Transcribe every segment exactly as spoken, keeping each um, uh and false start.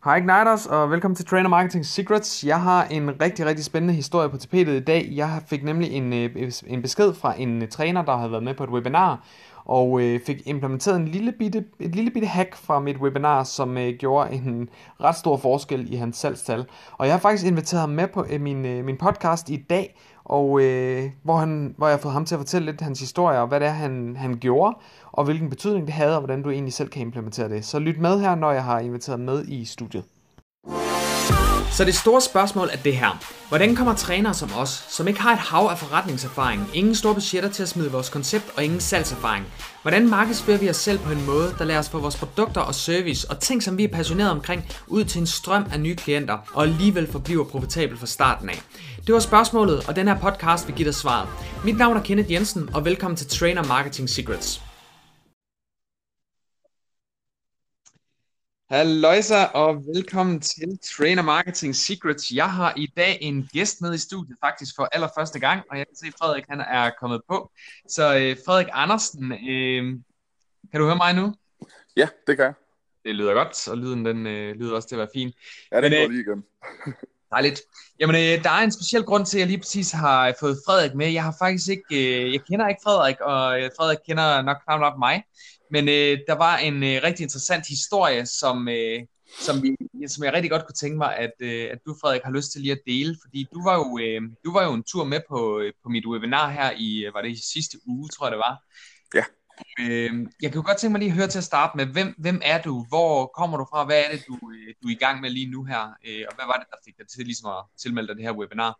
Hej Igniters, og velkommen til Trainer Marketing Secrets. Jeg har en rigtig, rigtig spændende historie på tapetet i dag. Jeg fik nemlig en, øh, en besked fra en øh, træner, der havde været med på et webinar, og øh, fik implementeret en lille bitte, et lille bitte hack fra mit webinar, som øh, gjorde en ret stor forskel i hans salgstal. Og jeg har faktisk inviteret ham med på øh, min, øh, min podcast i dag, og øh, hvor, han, hvor jeg har fået ham til at fortælle lidt hans historie, og hvad det er, han, han gjorde, og hvilken betydning det havde, og hvordan du egentlig selv kan implementere det. Så lyt med her, når jeg har inviteret med i studiet. Så det store spørgsmål er det her. Hvordan kommer trænere som os, som ikke har et hav af forretningserfaring, ingen store budgetter til at smide vores koncept og ingen salgserfaring, hvordan markedsfører vi os selv på en måde, der lader os få vores produkter og service og ting, som vi er passionerede omkring, ud til en strøm af nye klienter, og alligevel forbliver profitabel fra starten af? Det var spørgsmålet, og den her podcast vil give dig svaret. Mit navn er Kenneth Jensen, og velkommen til Trainer Marketing Secrets. Halløjsa, og velkommen til Trainer Marketing Secrets. Jeg har i dag en gæst med i studiet, faktisk for allerførste gang, og jeg kan se, at Frederik han er kommet på. Så øh, Frederik Andersen, øh, kan du høre mig nu? Ja, det kan jeg. Det lyder godt, og lyden den, øh, lyder også til at være fin. Ja, det Men, går øh, lige igen. Dejligt. Jamen, øh, der er en speciel grund til, at jeg lige præcis har fået Frederik med. Jeg har faktisk ikke, øh, jeg kender ikke Frederik, og øh, Frederik kender nok knap nok mig. Men øh, der var en øh, rigtig interessant historie, som, øh, som, vi, som jeg rigtig godt kunne tænke mig, at, øh, at du, Frederik, har lyst til lige at dele. Fordi du var jo, øh, du var jo en tur med på, øh, på mit webinar her i, var det i sidste uge, tror jeg det var. Ja. Øh, jeg kan jo godt tænke mig lige at høre til at starte med, hvem, hvem er du? Hvor kommer du fra? Hvad er det, du, øh, du er i gang med lige nu her? Øh, og hvad var det, der fik dig til ligesom at tilmelde dig det her webinar?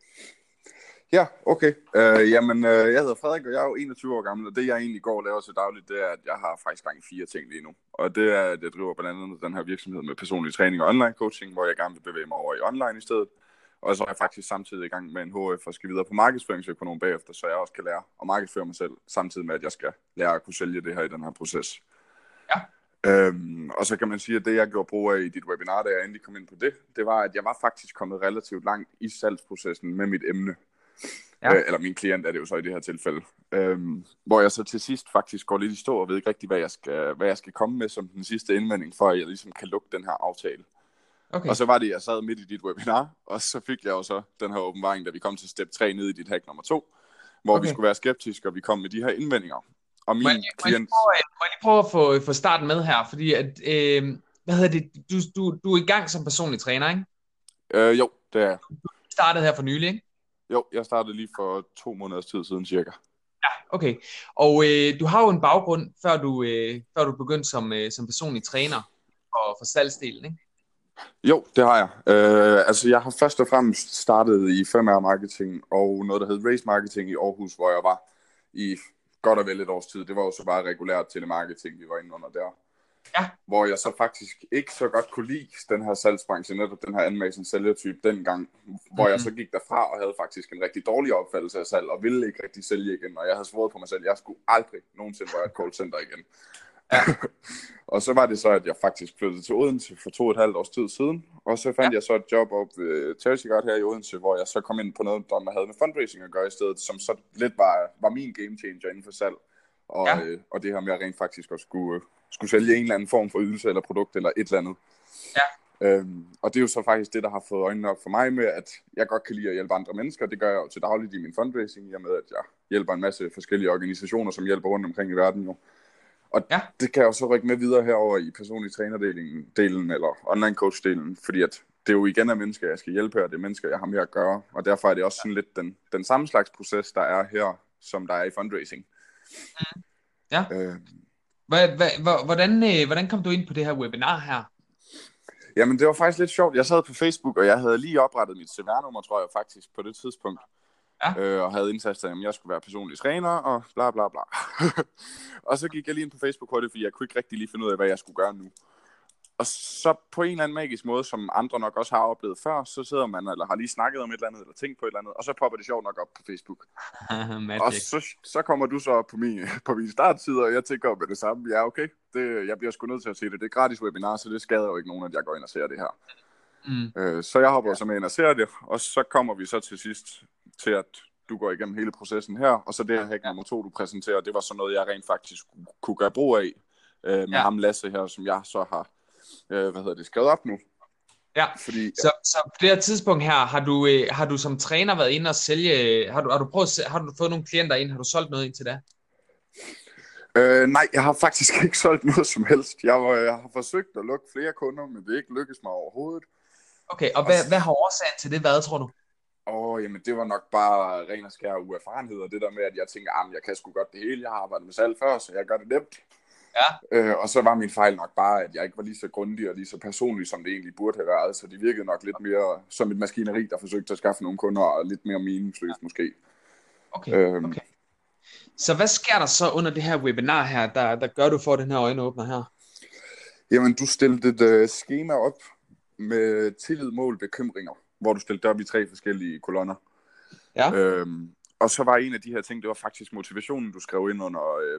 Ja, okay. Uh, jamen, uh, jeg hedder Frederik, og jeg er jo enogtyve år gammel, og det jeg egentlig går og laver til dagligt, det er, at jeg har faktisk gang i fire ting lige nu. Og det er, at jeg driver blandt andet den her virksomhed med personlig træning og online coaching, hvor jeg gerne vil bevæge mig over i online i stedet. Og så er jeg faktisk samtidig i gang med en H F og skal videre på markedsføringsøkonom bagefter, så jeg også kan lære at markedsføre mig selv, samtidig med, at jeg skal lære at kunne sælge det her i den her proces. Ja. Øhm, og så kan man sige, at det jeg gjorde brug af i dit webinar, da jeg endelig kom ind på det, det var, at jeg var faktisk kommet relativt langt i salgsprocessen med mit emne. Ja. Øh, eller min klient er det jo så i det her tilfælde. Øhm, hvor jeg så til sidst faktisk går lidt i stå og ved ikke rigtig, hvad jeg skal, hvad jeg skal komme med som den sidste indvending, for at jeg ligesom kan lukke den her aftale. Okay. Og så var det, jeg sad midt i dit webinar, og så fik jeg jo så den her åbenbaring, da vi kom til step tre ned i dit hack nummer to, hvor okay. vi skulle være skeptiske, og vi kom med de her indvendinger. Og min må jeg, klient... må jeg, må jeg lige prøve at få, få starten med her, fordi at, øh, hvad hedder det, du, du, du er i gang som personlig træner, ikke? Øh, jo, det er jeg. Du startede her for nylig, ikke? Jo, jeg startede lige for to måneders tid siden cirka. Ja, okay. Og øh, du har jo en baggrund, før du, øh, før du begyndte som, øh, som personlig træner for, for salgsdelen, ikke? Jo, det har jeg. Øh, altså, jeg har først og fremmest startet i fem R marketing og noget, der hed Race Marketing i Aarhus, hvor jeg var i godt og vel et års tid. Det var jo så bare regulært telemarketing, vi var inde under der. Ja. Hvor jeg så faktisk ikke så godt kunne lide den her salgsbranche, netop den her anmæssende sælgertype dengang, hvor mm-hmm. jeg så gik derfra og havde faktisk en rigtig dårlig opfattelse af salg, og ville ikke rigtig sælge igen, og jeg havde svoret på mig selv, at jeg skulle aldrig nogensinde være et callcenter igen. Ja. Og så var det så, at jeg faktisk flyttede til Odense for to og et halvt års tid siden, og så fandt ja. jeg så et job op ved Tertiegard her i Odense, hvor jeg så kom ind på noget, der havde med fundraising at gøre i stedet, som så lidt var, var min game changer inden for salg, og, ja. øh, og det her med at rent faktisk også skulle, skulle sælge en eller anden form for ydelse eller produkt eller et eller andet. Ja. Øhm, og det er jo så faktisk det, der har fået øjnene op for mig med, at jeg godt kan lide at hjælpe andre mennesker. Det gør jeg jo til dagligt i min fundraising, i og med at jeg hjælper en masse forskellige organisationer, som hjælper rundt omkring i verden jo. Og ja. det kan jeg jo så rykke med videre herover i personlig trænerdelen delen, eller online coach-delen, fordi at det er jo igen af mennesker, jeg skal hjælpe her, det er mennesker, jeg har med at gøre, og derfor er det også sådan lidt den, den samme slags proces, der er her, som der er i fundraising. Mm. Ja. Øh, hvordan, hvordan kom du ind på det her webinar her? Jamen, det var faktisk lidt sjovt. Jeg sad på Facebook, og jeg havde lige oprettet mit C V R-nummer, tror jeg faktisk, på det tidspunkt. Ja. Øh, og havde indtastet, at jeg skulle være personlig træner, og bla bla bla. Og så gik jeg lige ind på Facebook på det, fordi jeg kunne ikke rigtig lige finde ud af, hvad jeg skulle gøre nu. Og så på en eller anden magisk måde, som andre nok også har oplevet før, så sidder man, eller har lige snakket om et eller andet, eller tænkt på et eller andet, og så popper det sjovt nok op på Facebook. Og så, så kommer du så op på min, på min startside, og jeg tænker med det samme. Ja, okay, det, jeg bliver sgu nødt til at se det. Det er gratis webinar, så det skader jo ikke nogen, at jeg går ind og ser det her. Mm. Øh, så jeg hopper så med ind og ser det, og så kommer vi så til sidst til, at du går igennem hele processen her, og så det her hack nummer to, du præsenterer, det var sådan noget, jeg rent faktisk kunne gøre brug af, øh, med ja. ham Lasse her, som jeg så har øh, hvad hedder det, skrevet op nu. Ja, Fordi, så, så på det her tidspunkt her, har du, øh, har du som træner været inde og sælge, har du, har du prøvet, at se- har du fået nogle klienter ind, har du solgt noget ind til det? øh, nej, jeg har faktisk ikke solgt noget som helst. Jeg, var, jeg har forsøgt at lukke flere kunder, men det er ikke lykkedes mig overhovedet. Okay, og Og hvad, hvad har årsagen til det været, tror du? Åh, jamen det var nok bare ren og skær uerfarenhed, og det der med, at jeg tænker, at jeg kan sgu godt det hele, jeg har arbejdet med salg før, så jeg gør det nemt. Ja, Øh, og så var min fejl nok bare, at jeg ikke var lige så grundig og lige så personlig, som det egentlig burde have været, så det virkede nok lidt mere som et maskineri, der forsøgte at skaffe nogle kunder, og lidt mere meningsløst måske. okay, Øhm, okay. Så hvad sker der så under det her webinar her, der, der gør du for den her øjenåbner her? Jamen, du stillede et øh, schema op med tillid, mål, bekymringer, hvor du stillede det op i tre forskellige kolonner. Ja, Øhm, og så var en af de her ting, det var faktisk motivationen, du skrev ind under... Øh,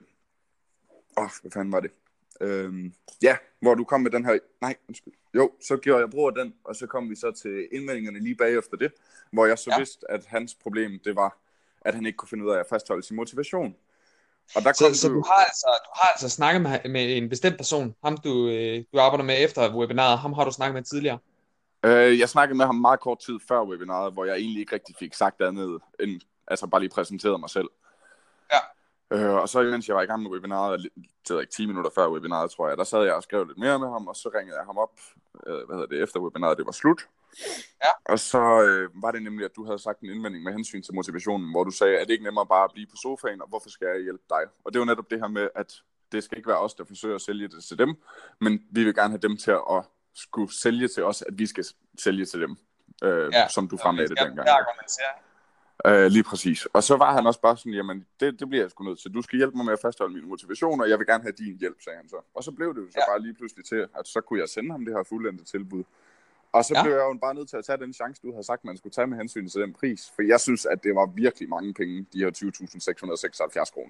åh, hvad fanden var det? Øhm, ja, hvor du kom med den her... Nej, undskyld. Jo, så gjorde jeg brug af den, og så kom vi så til indvendingerne lige bagefter det, hvor jeg så ja. vidste, at hans problem, det var, at han ikke kunne finde ud af at fastholde sin motivation. Og der Så, kom så du du har altså, du har altså snakket med, med en bestemt person, ham du, øh, du arbejder med efter webinaret, ham har du snakket med tidligere? Øh, jeg snakkede med ham meget kort tid før webinaret, hvor jeg egentlig ikke rigtig fik sagt andet, end altså bare lige præsenterede mig selv. Ja. Øh, og så imens jeg var i gang med webinaret, det var ikke ti minutter før webinaret, tror jeg, der sad jeg og skrev lidt mere med ham, og så ringede jeg ham op, øh, hvad hedder det, efter webinaret, det var slut. Ja. Og så øh, var det nemlig, at du havde sagt en indvending med hensyn til motivationen, hvor du sagde, at det ikke nemmere bare at blive på sofaen, og hvorfor skal jeg hjælpe dig? Og det var netop det her med, at det skal ikke være os, der forsøger at sælge det til dem, men vi vil gerne have dem til at skulle sælge til os, at vi skal sælge til dem, øh, Ja. som du fremlagde det dengang. Argumentere. Øh, lige præcis. Og så var han også bare sådan, jamen, det, det bliver jeg sgu nødt til. Du skal hjælpe mig med at fastholde min motivation, og jeg vil gerne have din hjælp, sagde han så. Og så blev det jo så Ja. bare lige pludselig til, at så kunne jeg sende ham det her fuldendte tilbud. Og så Ja. blev jeg jo bare nødt til at tage den chance, du havde sagt, man skulle tage med hensyn til den pris. For jeg synes, at det var virkelig mange penge, de her tyve tusind seks hundrede seksoghalvfjerds kroner.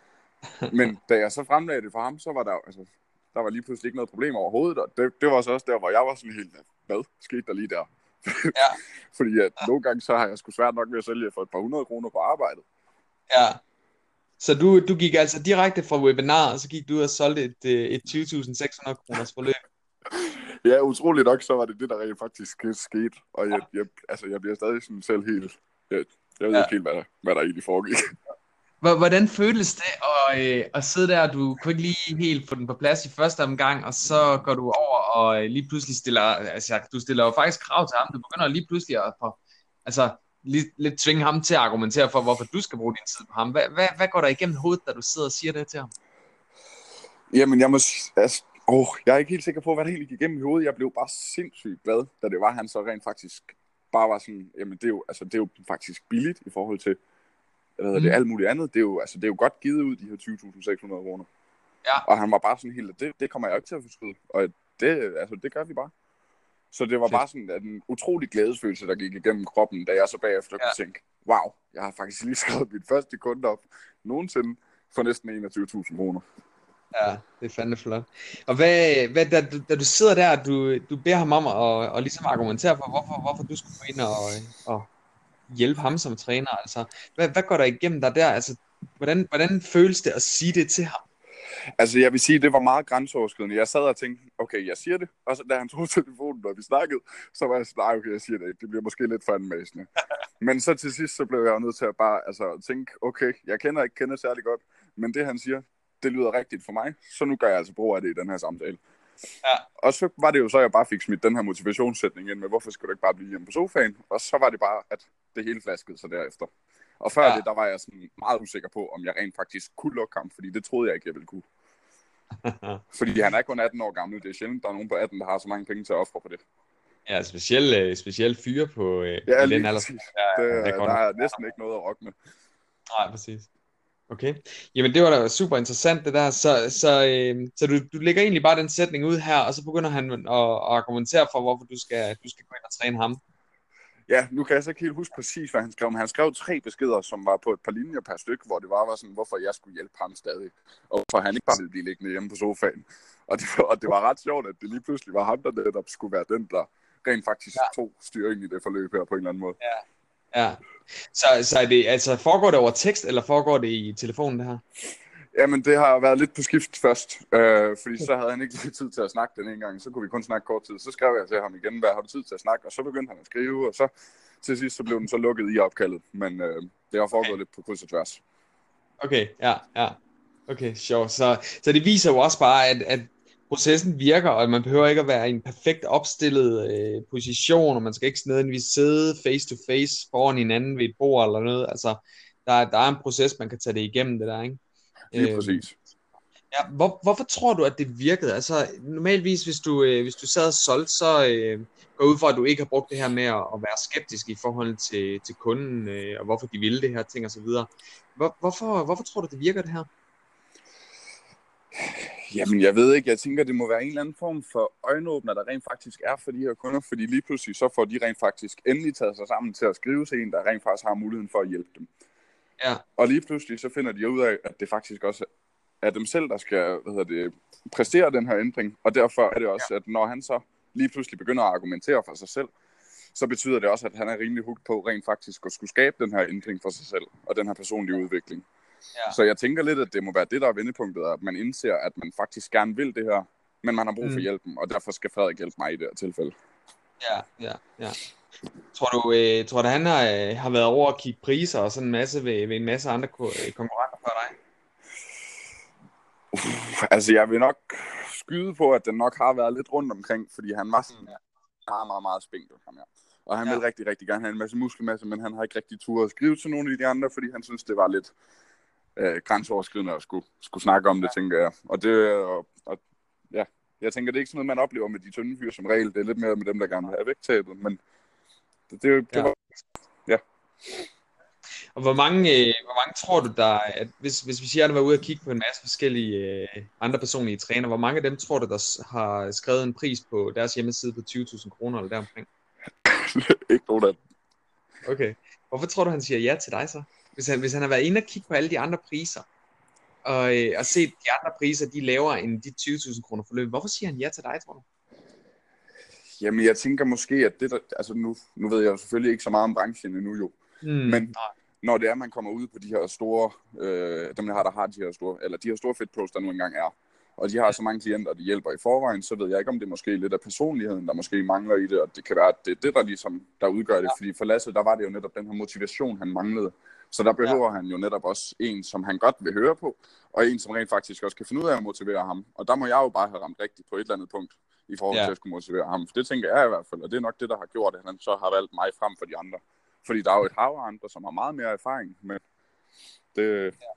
Men da jeg så fremlagde det for ham, så var der altså, der var lige pludselig ikke noget problem overhovedet. Og det, det var så også der, hvor jeg var sådan helt, hvad skete der lige der? Ja. Fordi at nogle gange, så har jeg sgu svært nok ved at sælge for et par hundrede kroner på arbejdet. Ja. Så du, du gik altså direkte fra webinaret, og så gik du ud og solgte et, øh, et tyve tusind seks hundrede kroners forløb. Ja, utroligt nok, så var det det, der rent faktisk skete. Og jeg, jeg, altså, jeg bliver stadig sådan selv helt... Jeg, jeg ved Ja. ikke helt, hvad der, hvad der egentlig foregik. Hvor- Hvordan føltes det at, øh, at sidde der, og du kunne ikke lige helt få den på plads i første omgang, og så går du over og øh, lige pludselig stiller, altså du stiller jo faktisk krav til ham, du begynder lige pludselig at for, altså, lige, lidt tvinge ham til at argumentere for, hvorfor du skal bruge din tid på ham. Hvad, hvad, hvad går der igennem hovedet, da du sidder og siger det til ham? Jamen, jeg må... s- Altså, åh, jeg er ikke helt sikker på, hvad der egentlig gik igennem i hovedet. Jeg blev bare sindssygt glad, da det var, han så rent faktisk bare var sådan... Jamen, det er jo, altså, det er jo faktisk billigt i forhold til... Hvad hedder det, Mm. alt muligt andet. Det er jo, altså, det er jo godt givet ud, de her tyve tusind seks hundrede kroner. Ja. Og han var bare sådan helt, det, det kommer jeg ikke til at forskyde. Og det, altså, det gør vi bare. Så det var Fedt. bare sådan at en utrolig glædesfølelse, der gik igennem kroppen, da jeg så bagefter Ja. kunne tænke, wow, jeg har faktisk lige skrevet mit første kunde op nogensinde for næsten enogtyve tusind kroner. Ja, det er fandme flot. Og hvad, hvad da, du, da du sidder der, du, du beder ham om at, at ligesom argumentere for, hvorfor, hvorfor du skulle gå ind og, og hjælpe ham som træner, altså, hvad, hvad går der igennem dig der, altså, hvordan, hvordan føles det at sige det til ham? Altså, jeg vil sige, det var meget grænseoverskridende. Jeg sad og tænkte, okay, jeg siger det. Og så da han tog telefonen, og vi snakkede, så var jeg sådan, nej, okay, jeg siger det ikke. Det bliver måske lidt for anmæsende. Men så til sidst, så blev jeg jo nødt til at bare altså, tænke, okay, jeg kender ikke kender særlig godt, men det han siger, det lyder rigtigt for mig, så nu gør jeg altså brug af det i den her samtale. Ja. Og så var det jo så, at jeg bare fik smidt den her motivationssætning ind med, hvorfor skal du ikke bare blive hjemme på sofaen? Og så var det bare, at det hele flaskede sig derefter. Og før Ja. ja. det, der var jeg sådan meget usikker på, om jeg rent faktisk kunne lukke ham, fordi det troede jeg ikke, jeg ville kunne. Fordi han er kun atten år gammel. Det er sjældent, der er nogen på atten, der har så mange penge til at ofre på det. Ja, specielt speciel fyre på øh, Ja, i lige den alder. præcis. Ja, Det, det er godt der nok. er næsten ikke noget at rokke med. Nej, præcis. Okay. Jamen, det var da super interessant, det der. Så, så, øh, så du, du lægger egentlig bare den sætning ud her, og så begynder han at, at argumentere for, hvorfor du skal, du skal gå ind og træne ham. Ja, nu kan jeg så ikke helt huske præcis, hvad han skrev, men han skrev tre beskeder, som var på et par linjer per stykke, hvor det var, var sådan, hvorfor jeg skulle hjælpe ham stadig, og hvorfor han ikke bare ville blive liggende hjemme på sofaen. Og det, var, og det var ret sjovt, at det lige pludselig var ham, der netop skulle være den, der rent faktisk Ja. tog styringen i det forløb her på en eller anden måde. Ja. Så, så er det, altså, foregår det over tekst, eller foregår det i telefonen, det her? Jamen, det har været lidt på skift først, øh, fordi så havde han ikke lige tid til at snakke den en gang, så kunne vi kun snakke kort tid. Så skrev jeg til ham igen, hvad har du tid til at snakke? Og så begyndte han at skrive, og så til sidst så blev den så lukket i opkaldet. Men øh, det har foregået okay. lidt på kryds og tværs. Okay, ja, ja. Okay, sjovt. Så, så det viser jo også bare, at, at processen virker, og man behøver ikke at være i en perfekt opstillet øh, position, og man skal ikke nødvendigvis sidde face to face foran hinanden ved et bord eller noget. Altså, der, der er en proces, man kan tage det igennem det der, ikke? Lige præcis. Ja, hvor, hvorfor tror du, at det virkede? Altså, normalvis, hvis du, øh, hvis du sad og solgte, så øh, går ud fra, at du ikke har brugt det her med at, at være skeptisk i forhold til, til kunden, øh, og hvorfor de ville det her ting og så videre. Hvor, hvorfor, hvorfor tror du, det virker det her? Jamen, jeg ved ikke. Jeg tænker, det må være en eller anden form for øjenåbner, der rent faktisk er for de her kunder, fordi lige pludselig så får de rent faktisk endelig taget sig sammen til at skrive til en, der rent faktisk har muligheden for at hjælpe dem. Ja. Og lige pludselig så finder de ud af, at det faktisk også er dem selv, der skal hvad hedder det, præstere den her ændring. Og derfor er det også, ja. At når han så lige pludselig begynder at argumentere for sig selv, så betyder det også, at han er rimelig hooked på rent faktisk at skulle skabe den her ændring for sig selv, og den her personlige udvikling. Ja. Så jeg tænker lidt, at det må være det, der er vendepunktet, at man indser, at man faktisk gerne vil det her, men man har brug for mm. hjælpen, og derfor skal Frederik hjælpe mig i det her tilfælde. Ja, ja, ja. Tror du, øh, tror du han har, øh, har været over at kigge priser og sådan en masse ved, ved en masse andre konkurrenter for dig? Uh, altså, jeg vil nok skyde på, at den nok har været lidt rundt omkring, fordi han var sådan, ja, meget, meget, meget spinkel, ham her. Og han ja. ville rigtig, rigtig gerne have en masse muskelmasse, men han har ikke rigtig tur at skrive til nogle af de andre, fordi han synes, det var lidt øh, grænseoverskridende at skulle, skulle snakke om det, ja. tænker jeg. Og det, og, og, ja, jeg tænker, det er ikke sådan noget, man oplever med de tynde fyre som regel. Det er lidt mere med dem, der gerne vil have vægttabet, men det, det, det ja. var, ja. Og hvor mange, øh, hvor mange tror du, der, at hvis, hvis vi siger, at du var ude og kigge på en masse forskellige øh, andre personlige træner, hvor mange af dem tror du, der har skrevet en pris på deres hjemmeside på tyve tusind kroner eller deromkring? Ikke nogen af dem. Okay. Hvorfor tror du, han siger ja til dig så? Hvis han, hvis han har været inde og kigge på alle de andre priser, og, øh, og set de andre priser, de er lavere end de tyve tusind kroner forløb, hvorfor siger han ja til dig, tror du? Jamen, jeg tænker måske, at det der, altså nu, nu ved jeg jo selvfølgelig ikke så meget om branchen endnu jo, mm, men nej. Når det er, man kommer ud på de her store, øh, dem der har, der har de her store, eller de her store fedtpros, der nu engang er, og de har så mange klienter, de hjælper i forvejen, så ved jeg ikke, om det måske lidt af personligheden, der måske mangler i det, og det kan være, at det er det, der ligesom, der udgør det, fordi for Lasse, der var det jo netop den her motivation, han manglede, så der behøver ja. han jo netop også en, som han godt vil høre på, og en, som rent faktisk også kan finde ud af at motivere ham, og der må jeg jo bare have ramt rigtigt på et eller andet punkt, i forhold ja. til at skulle motivere ham, for det tænker jeg i hvert fald, og det er nok det, der har gjort, at han så har valgt mig frem for de andre. Fordi der er jo et hav af andre, som har meget mere erfaring med det. Ja,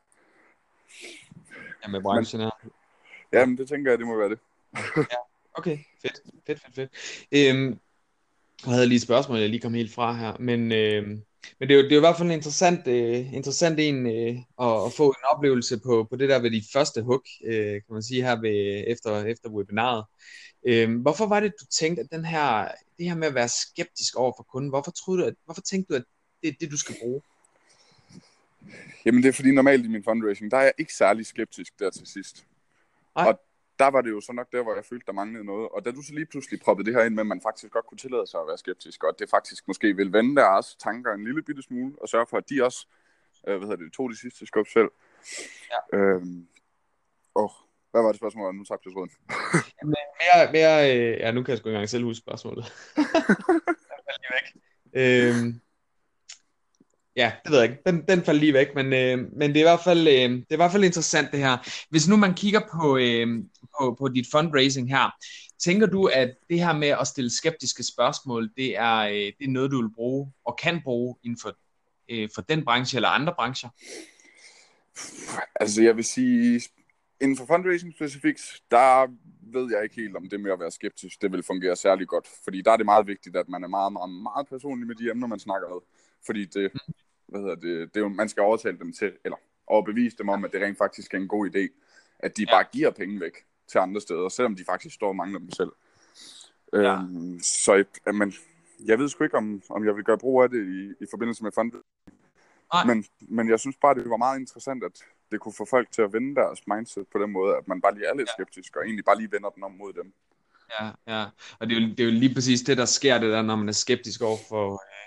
ja med branchen her. Ja, men det tænker jeg, det må være det. Ja, okay, fedt, fedt, fedt, fedt. Øhm, jeg havde lige et spørgsmål, jeg lige kom helt fra her, men, øhm, men det, er jo, det er jo i hvert fald en interessant, øh, interessant en øh, at, at få en oplevelse på, på det der ved de første hook, øh, kan man sige her ved, efter, efter webinaret. Øhm, hvorfor var det, du tænkte, at den her, det her med at være skeptisk over for kunden, hvorfor, troede du, at, hvorfor tænkte du, at det er det, du skal bruge? Jamen det er fordi normalt i min fundraising, der er jeg ikke særlig skeptisk der til sidst. Ej. Og der var det jo så nok der, hvor jeg følte, der manglede noget. Og da du så lige pludselig proppede det her ind med, at man faktisk godt kunne tillade sig at være skeptisk, og at det faktisk måske vil vende deres tanker en lille bitte smule, og sørge for, at de også øh, hvad hedder det, tog de sidste skub selv. Ja. Øhm, åh, hvad var det spørgsmål? Nu tabte jeg tråden. Jamen, mere, mere, øh, ja, nu kan jeg sgu ikke engang selv huske spørgsmålet. Den faldt lige væk. Øhm, ja, det ved jeg ikke. Den, den faldt lige væk, men, øh, men det, er i hvert fald, øh, det er i hvert fald interessant det her. Hvis nu man kigger på, øh, på, på dit fundraising her, tænker du, at det her med at stille skeptiske spørgsmål, det er, øh, det er noget, du vil bruge og kan bruge inden for, øh, for den branche eller andre brancher? Altså jeg vil sige, inden for fundraising specifikt, der ved jeg ikke helt, om det med at være skeptisk, det vil fungere særlig godt. Fordi der er det meget vigtigt, at man er meget, meget, meget personlig med de emner, man snakker med. Fordi det, mm. hvad hedder det, det er jo, man skal overtale dem til, eller overbevise dem om, at det rent faktisk er en god idé, at de ja. bare giver penge væk til andre steder, selvom de faktisk står og mangler dem selv. Ja. Øhm, så men, jeg ved sgu ikke, om, om jeg vil gøre brug af det i, i forbindelse med fundraising. Men, men jeg synes bare, det var meget interessant, at det kunne få folk til at vende deres mindset på den måde, at man bare lige er lidt skeptisk, og egentlig bare lige vender den om mod dem. Ja, ja. Og det er, jo, det er jo lige præcis det, der sker, det der, når man er skeptisk over for,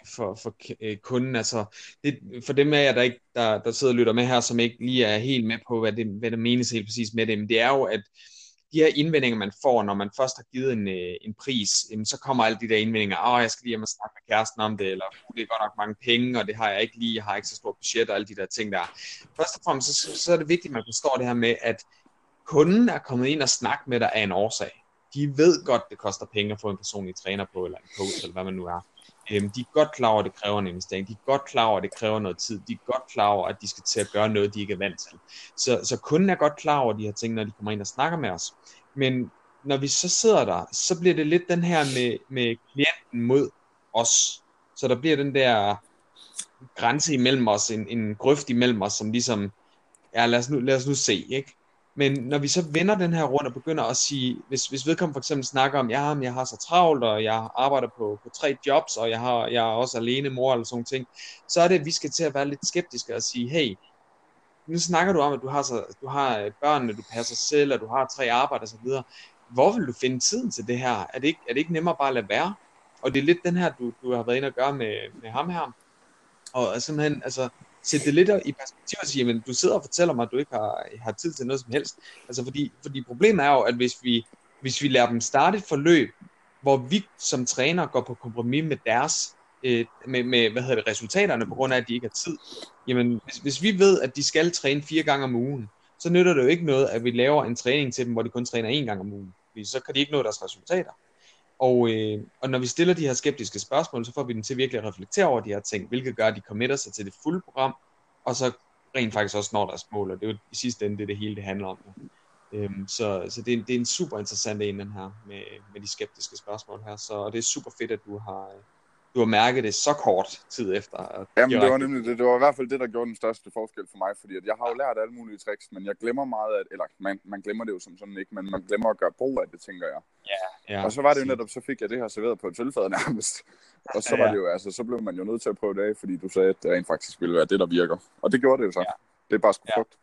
for, for øh, kunden. Altså, det, for dem af jer, der, ikke, der, der sidder og lytter med her, som ikke lige er helt med på, hvad, det, hvad der menes helt præcis med det, men det er jo, at de her indvendinger, man får, når man først har givet en, øh, en pris, jamen, så kommer alle de der indvendinger, åh, jeg skal lige hjem og snakke med kæresten om det, eller det er godt nok mange penge, og det har jeg ikke lige, jeg har ikke så stort budget, og alle de der ting der. Først og fremmest, så, så er det vigtigt, at man forstår det her med, at kunden er kommet ind og snakke med dig af en årsag. De ved godt, det koster penge at få en personlig træner på, eller en coach, eller hvad man nu er. De er godt klar over, at det kræver en investering. De er godt klar over, at det kræver noget tid. De er godt klar over, at de skal til at gøre noget, de ikke er vant til. Så, så kunden er godt klar over de her ting, når de kommer ind og snakker med os. Men når vi så sidder der, så bliver det lidt den her med, med klienten mod os. Så der bliver den der grænse imellem os, en, en grøft imellem os, som ligesom, ja, lad os nu, lad os nu se, ikke? Men når vi så vender den her rundt og begynder at sige, hvis, hvis vedkommende for eksempel snakker om, ja, jeg har så travlt, og jeg arbejder på, på tre jobs, og jeg, har, jeg er også alene mor, eller sådan ting, så er det, at vi skal til at være lidt skeptiske og sige, hey, nu snakker du om, at du har, så, du har børnene, du passer selv, og du har tre arbejder og så videre. Hvor vil du finde tiden til det her? Er det ikke, er det ikke nemmere bare at lade være? Og det er lidt den her, du, du har været inde og gøre med, med ham her. Og simpelthen, altså, sætte det lidt i perspektiv og sige, men du sidder og fortæller mig, at du ikke har, har tid til noget som helst. Altså, fordi, fordi problemet er jo, at hvis vi, hvis vi lader dem starte et forløb, hvor vi som træner går på kompromis med deres, øh, med, med hvad hedder det, resultaterne, på grund af, at de ikke har tid, jamen, hvis, hvis vi ved, at de skal træne fire gange om ugen, så nytter det jo ikke noget, at vi laver en træning til dem, hvor de kun træner en gang om ugen. Fordi så kan de ikke nå deres resultater. Og, øh, og når vi stiller de her skeptiske spørgsmål, så får vi dem til virkelig at reflektere over de her ting, hvilket gør, at de committer sig til det fulde program, og så rent faktisk også når deres mål, og det er jo i sidste ende det, det hele det handler om. Øhm, så så det, er, det er en super interessant en, den her, med, med de skeptiske spørgsmål her, så og det er super fedt, at du har, du har mærket det så kort tid efter. At Jamen, det var nemlig det. Det var i hvert fald det, der gjorde den største forskel for mig, fordi at jeg har jo lært alle mulige tricks, men jeg glemmer meget af, eller man, man glemmer det jo som sådan ikke, men man glemmer at gøre brug af det, tænker jeg. Ja, ja, og så var det jo netop, så fik jeg det her serveret på et tilfad nærmest. Og så var det jo, altså, så blev man jo nødt til at prøve det af, fordi du sagde, at det rent faktisk ville være det, der virker. Og det gjorde det jo så. Ja. Det er bare sgu frugt.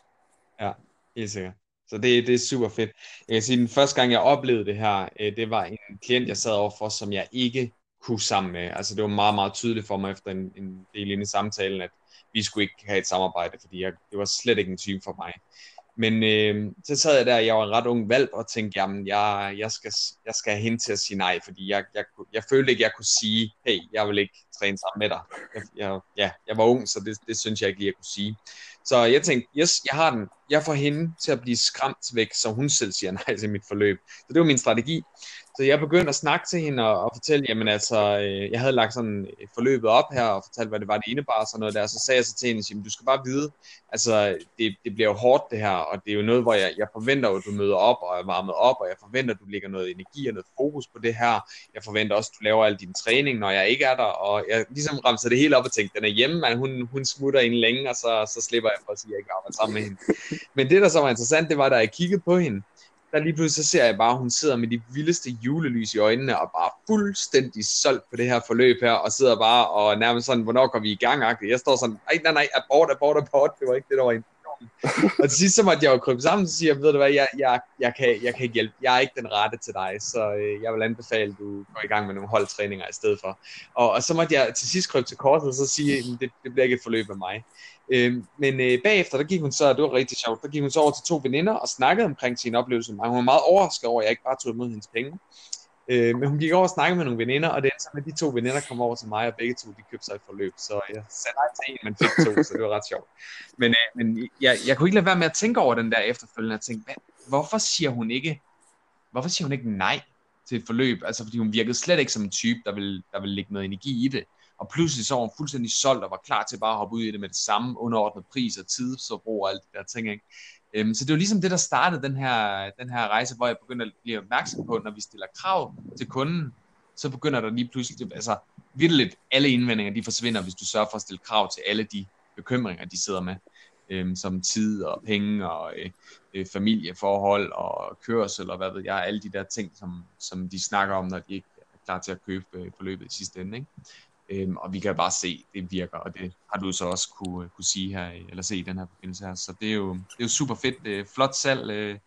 Ja. ja, helt sikkert. Så det, det er super fedt. Jeg kan sige, den første gang, jeg oplevede det her, det var en klient, jeg sad overfor, som jeg ikke kunne sammen med. Altså det var meget, meget tydeligt for mig efter en, en del inde i samtalen, at vi skulle ikke have et samarbejde, fordi jeg, det var slet ikke en type for mig. Men øh, så sad jeg der, jeg var en ret ung valp, og tænkte, jamen, jeg, jeg, skal, jeg skal hen til at sige nej, fordi jeg, jeg, jeg følte ikke, jeg kunne sige, hey, jeg vil ikke træne sammen med dig. Jeg, jeg, ja, jeg var ung, så det, det synes jeg ikke lige, jeg kunne sige. Så jeg tænkte, yes, jeg har den. Jeg får hende til at blive skræmt væk, så hun selv siger nej til mit forløb. Så det var min strategi. Så jeg begyndte at snakke til hende og, og fortælle, jamen altså, øh, jeg havde lagt sådan et forløbet op her og fortalt, hvad det var, det indebar og sådan noget der. Så sagde jeg så til hende, jamen, du skal bare vide, altså, det, det bliver jo hårdt det her, og det er jo noget, hvor jeg, jeg forventer, at du møder op og er varmet op, og jeg forventer, at du lægger noget energi og noget fokus på det her. Jeg forventer også, at du laver al din træning, når jeg ikke er der, og jeg ligesom ramte det hele op og tænkte, den er hjemme, man, hun, hun smutter ind længe, og så, så slipper jeg for at sige, at jeg ikke arbejder sammen med hende. Men det, der så var interessant, det var, da jeg kiggede på hende, der lige pludselig så ser jeg bare, at hun sidder med de vildeste julelys i øjnene, og bare fuldstændig solgt på det her forløb her, og sidder bare og nærmest sådan, hvornår går vi i gang? Jeg står sådan, nej, nej, nej, abort, abort, abort, det var ikke det, der var intentionen. Og til sidst så måtte jeg jo krybe sammen, så siger jeg, ved du hvad, jeg, jeg, jeg, kan, jeg kan ikke hjælpe, jeg er ikke den rette til dig, så øh, jeg vil anbefale, at du går i gang med nogle holdtræninger i stedet for. Og, og så måtte jeg til sidst krybe til korset, og så sige, at det, det bliver ikke et forløb med mig. Øh, men øh, bagefter, der gik hun så, det var rigtig sjovt, der gik hun så over til to veninder og snakkede omkring sin oplevelse med mig. Hun var meget overrasket over, at jeg ikke bare tog imod hendes penge. Øh, men hun gik over og snakkede med nogle veninder, og det endte så med, de to veninder kom over til mig, og begge to, de købte sig et forløb. Så jeg sagde nej til en, men fik to, så det var ret sjovt. Men, øh, men jeg, jeg kunne ikke lade være med at tænke over den der efterfølgende, og tænke, hvorfor siger hun ikke, hvorfor siger hun ikke nej til et forløb? Altså, fordi hun virkede slet ikke som en type, der ville, der ville lægge noget energi i det. Og pludselig så var hun fuldstændig solgt og var klar til bare at hoppe ud i det med det samme, underordnet pris og tid, så brug og alt det der ting, ikke? Um, så det var ligesom det, der startede den her, den her rejse, hvor jeg begyndte at blive opmærksom på, når vi stiller krav til kunden, så begynder der lige pludselig, altså virkelig alle indvendinger, de forsvinder, hvis du sørger for at stille krav til alle de bekymringer, de sidder med, um, som tid og penge og øh, familieforhold og kørsel og hvad ved jeg, alle de der ting, som, som de snakker om, når de ikke er klar til at købe øh, forløbet i sidste ende, ikke? Øhm, og vi kan bare se, det virker, og det har du så også kunne, kunne sige her, eller se i den her forbindelse her. Så det er jo, det er jo super fedt, det er flot salg, øh,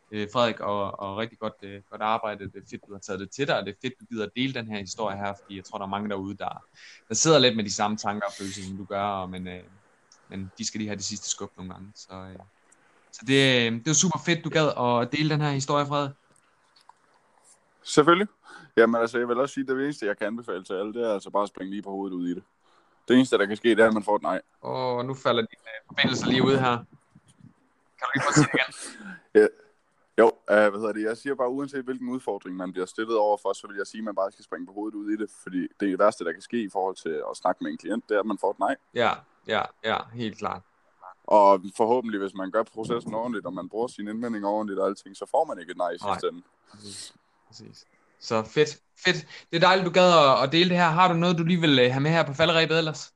øh, Frederik, og, og rigtig godt, øh, godt arbejde. Det er fedt, du har taget det til dig, og det er fedt, du gider at dele den her historie her, fordi jeg tror, der er mange derude, der, der sidder lidt med de samme tanker og følelser, som du gør, og, men, øh, men de skal lige have det sidste skub nogle gange. Så, øh, så det, det er super fedt, du gad at dele den her historie, Frederik. Selvfølgelig. Jamen altså, jeg vil også sige, at det eneste, jeg kan anbefale til alle, det er altså bare at springe lige på hovedet ud i det. Det eneste, der kan ske, det er, at man får et nej. Og nu falder dine forbindelser lige ud her. Kan du lige få det igen? Ja. Jo, øh, hvad hedder det? Jeg siger bare, uanset hvilken udfordring man bliver stillet overfor, så vil jeg sige, at man bare skal springe på hovedet ud i det. Fordi det værste, der kan ske i forhold til at snakke med en klient, det er, at man får et nej. Ja, ja, ja, helt klart. Og forhåbentlig, hvis man gør processen ordentligt, og man bruger sine indvendinger ordentligt og alting, så får man ikke et nej i sidste ende. Præcis. Præcis. Så fedt, fedt. Det er dejligt, du gad at, at dele det her. Har du noget, du lige vil have med her på falderebet ellers?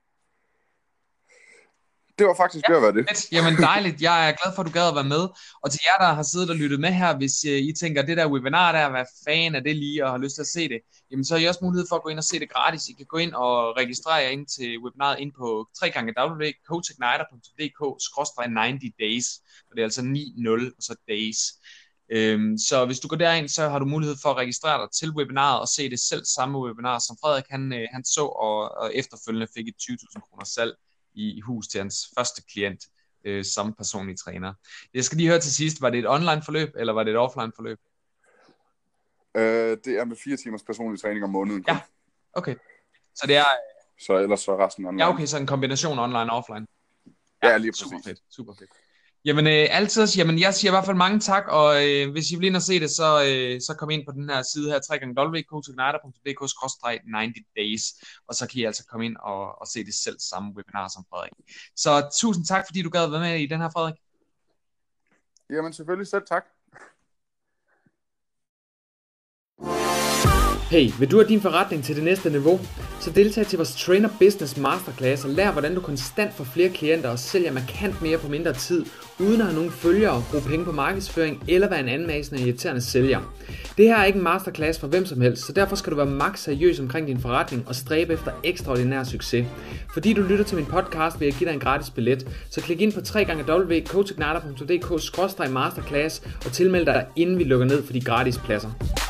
Det var faktisk ja, ved at være det. Fedt. Jamen dejligt. Jeg er glad for, at du gad at være med. Og til jer, der har siddet og lyttet med her, hvis uh, I tænker, det der webinar der, hvad fanden er det lige, og har lyst til at se det, jamen så har I også mulighed for at gå ind og se det gratis. I kan gå ind og registrere jer ind til webinaret ind på w w w punktum coachigniter punktum d k skråstreg halvtreds days. Og det er altså ni nul og så days. Øhm, så hvis du går derind, så har du mulighed for at registrere dig til webinaret og se det selv samme webinar, som Frederik han, øh, han så, og, og efterfølgende fik et tyve tusind kroner salg i, i hus til hans første klient øh, som personlig træner. Jeg skal lige høre til sidst, var det et online forløb, eller var det et offline forløb? Øh, det er med fire timers personlig træning om måneden. Ja, okay. Så det er... Så ellers så er resten online. Ja, okay, så en kombination online og offline. Ja, ja lige præcis. Super fedt, super fedt. Jamen øh, altid, jamen jeg siger i hvert fald mange tak, og øh, hvis I vil ind og se det, så, øh, så kom ind på den her side her, w w w punktum coachigniter punktum d k skråstreg halvtreds days, og så kan I altså komme ind og, og se det selv samme webinar som Frederik. Så tusind tak, fordi du gad at være med i den her, Frederik. Jamen selvfølgelig selv tak. Hey, vil du have din forretning til det næste niveau? Så deltag til vores Trainer Business Masterclass og lær, hvordan du konstant får flere klienter og sælger markant mere på mindre tid, uden at have nogen følgere, bruge penge på markedsføring eller være en anmasende og irriterende sælger. Det her er ikke en masterclass for hvem som helst, så derfor skal du være maks seriøs omkring din forretning og stræbe efter ekstraordinær succes. Fordi du lytter til min podcast, vil jeg give dig en gratis billet, så klik ind på w w w punktum coachigniter punktum d k skråstreg masterclass og tilmeld dig, inden vi lukker ned for de gratis pladser.